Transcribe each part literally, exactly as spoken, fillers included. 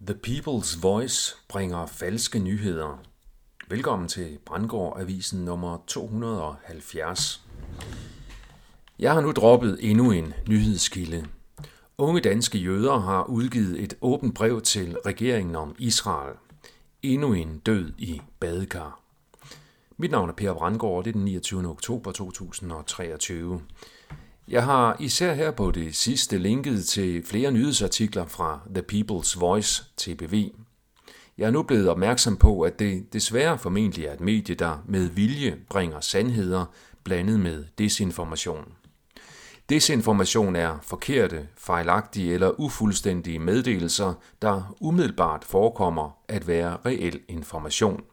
The People's Voice bringer falske nyheder. Velkommen til Brandgård Avisen nummer to hundrede og halvfjerds. Jeg har nu droppet endnu en nyhedskilde. Unge danske jøder har udgivet et åbent brev til regeringen om Israel. Endnu en død i badekar. Mit navn er Per Brandgård, det er den niogtyvende oktober to tusind og treogtyve. Jeg har især her på det sidste linket til flere nyhedsartikler fra The People's Voice, T P V. Jeg er nu blevet opmærksom på, at det desværre formentlig er et medie, der med vilje bringer sandheder blandet med desinformation. Desinformation er forkerte, fejlagtige eller ufuldstændige meddelelser, der umiddelbart forekommer at være reel information.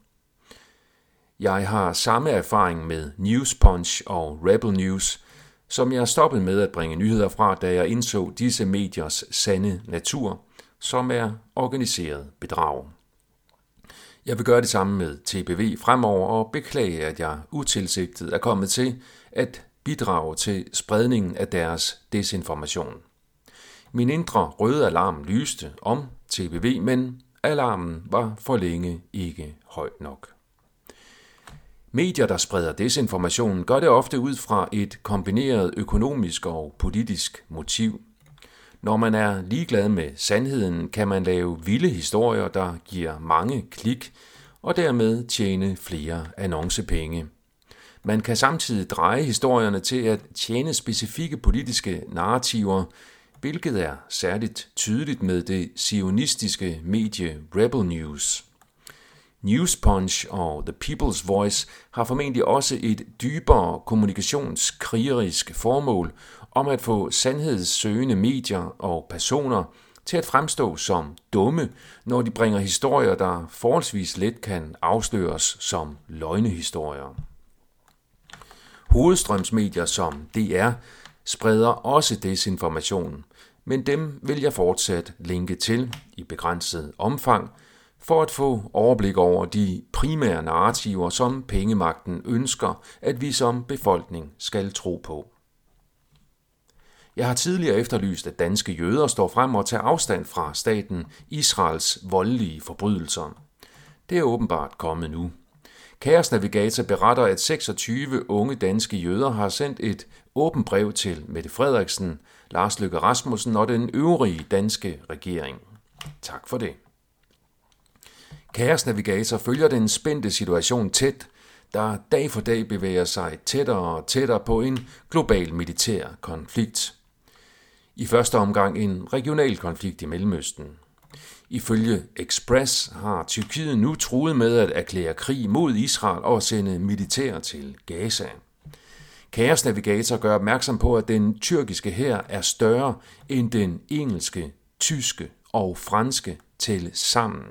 Jeg har samme erfaring med Newspunch og Rebel News, som jeg stoppede med at bringe nyheder fra, da jeg indså disse mediers sande natur, som er organiseret bedrag. Jeg vil gøre det samme med T P V fremover og beklage, at jeg utilsigtet er kommet til at bidrage til spredningen af deres desinformation. Min indre røde alarm lyste om T P V, men alarmen var for længe ikke højt nok. Medier, der spreder desinformation, gør det ofte ud fra et kombineret økonomisk og politisk motiv. Når man er ligeglad med sandheden, kan man lave vilde historier, der giver mange klik, og dermed tjene flere annoncepenge. Man kan samtidig dreje historierne til at tjene specifikke politiske narrativer, hvilket er særligt tydeligt med det zionistiske medie Rebel News. Newspunch og The People's Voice har formentlig også et dybere kommunikationskrigerisk formål om at få sandhedssøgende medier og personer til at fremstå som dumme, når de bringer historier, der forholdsvis let kan afsløres som løgnehistorier. Hovedstrømsmedier som D R spreder også desinformation, men dem vil jeg fortsat linke til i begrænset omfang, for at få overblik over de primære narrativer, som pengemagten ønsker, at vi som befolkning skal tro på. Jeg har tidligere efterlyst, at danske jøder står frem og tager afstand fra staten Israels voldelige forbrydelser. Det er åbenbart kommet nu. Kaos Navigator beretter, at seksogtyve unge danske jøder har sendt et åbent brev til Mette Frederiksen, Lars Løkke Rasmussen og den øvrige danske regering. Tak for det. Kaos Navigator følger den spændte situation tæt, der dag for dag bevæger sig tættere og tættere på en global militær konflikt. I første omgang en regional konflikt i Mellemøsten. Ifølge Express har Tyrkiet nu truet med at erklære krig mod Israel og sende militær til Gaza. Kaos Navigator gør opmærksom på, at den tyrkiske hær er større end den engelske, tyske og franske til sammen.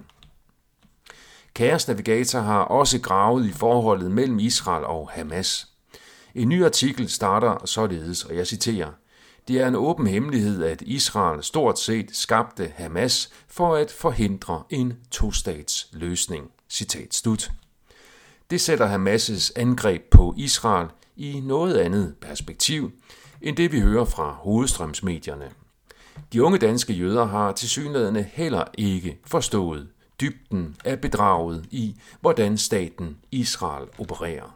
Kaos Navigator har også gravet i forholdet mellem Israel og Hamas. En ny artikel starter således, og jeg citerer: "Det er en åben hemmelighed, at Israel stort set skabte Hamas for at forhindre en tostats løsning." Citat slut. Det sætter Hamas' angreb på Israel i noget andet perspektiv, end det vi hører fra hovedstrømsmedierne. De unge danske jøder har tilsyneladende heller ikke forstået dybden af bedraget i, hvordan staten Israel opererer.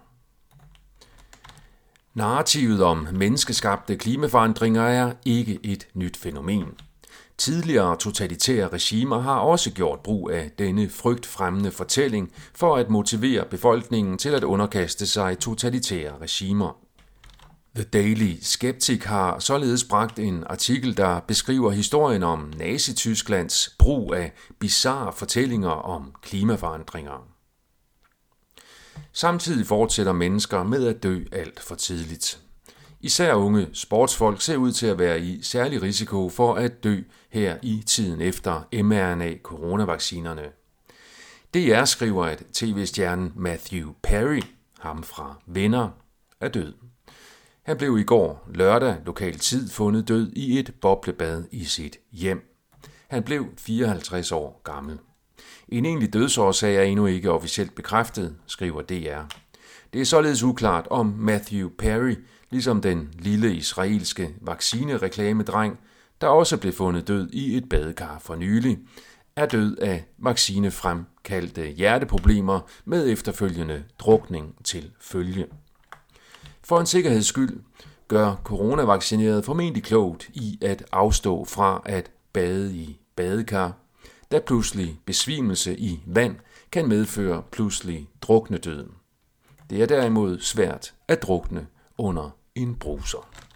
Narrativet om menneskeskabte klimaforandringer er ikke et nyt fænomen. Tidligere totalitære regimer har også gjort brug af denne frygtfremmende fortælling for at motivere befolkningen til at underkaste sig totalitære regimer. The Daily Skeptic har således bragt en artikel, der beskriver historien om Nazi-Tysklands brug af bizarre fortællinger om klimaforandringer. Samtidig fortsætter mennesker med at dø alt for tidligt. Især unge sportsfolk ser ud til at være i særlig risiko for at dø her i tiden efter mRNA-coronavaccinerne. D R skriver, at tv-stjernen Matthew Perry, ham fra Venner, er død. Han blev i går lørdag lokal tid fundet død i et boblebad i sit hjem. Han blev fireoghalvtreds år gammel. En egentlig dødsårsag er endnu ikke officielt bekræftet, skriver D R. Det er således uklart, om Matthew Perry, ligesom den lille israelske vaccinereklamedreng, der også blev fundet død i et badekar for nylig, er død af vaccinefremkaldte hjerteproblemer med efterfølgende drukning til følge. For en sikkerheds skyld gør coronavaccinerede formentlig klogt i at afstå fra at bade i badekar, da pludselig besvimelse i vand kan medføre pludselig druknedøden. Det er derimod svært at drukne under en bruser.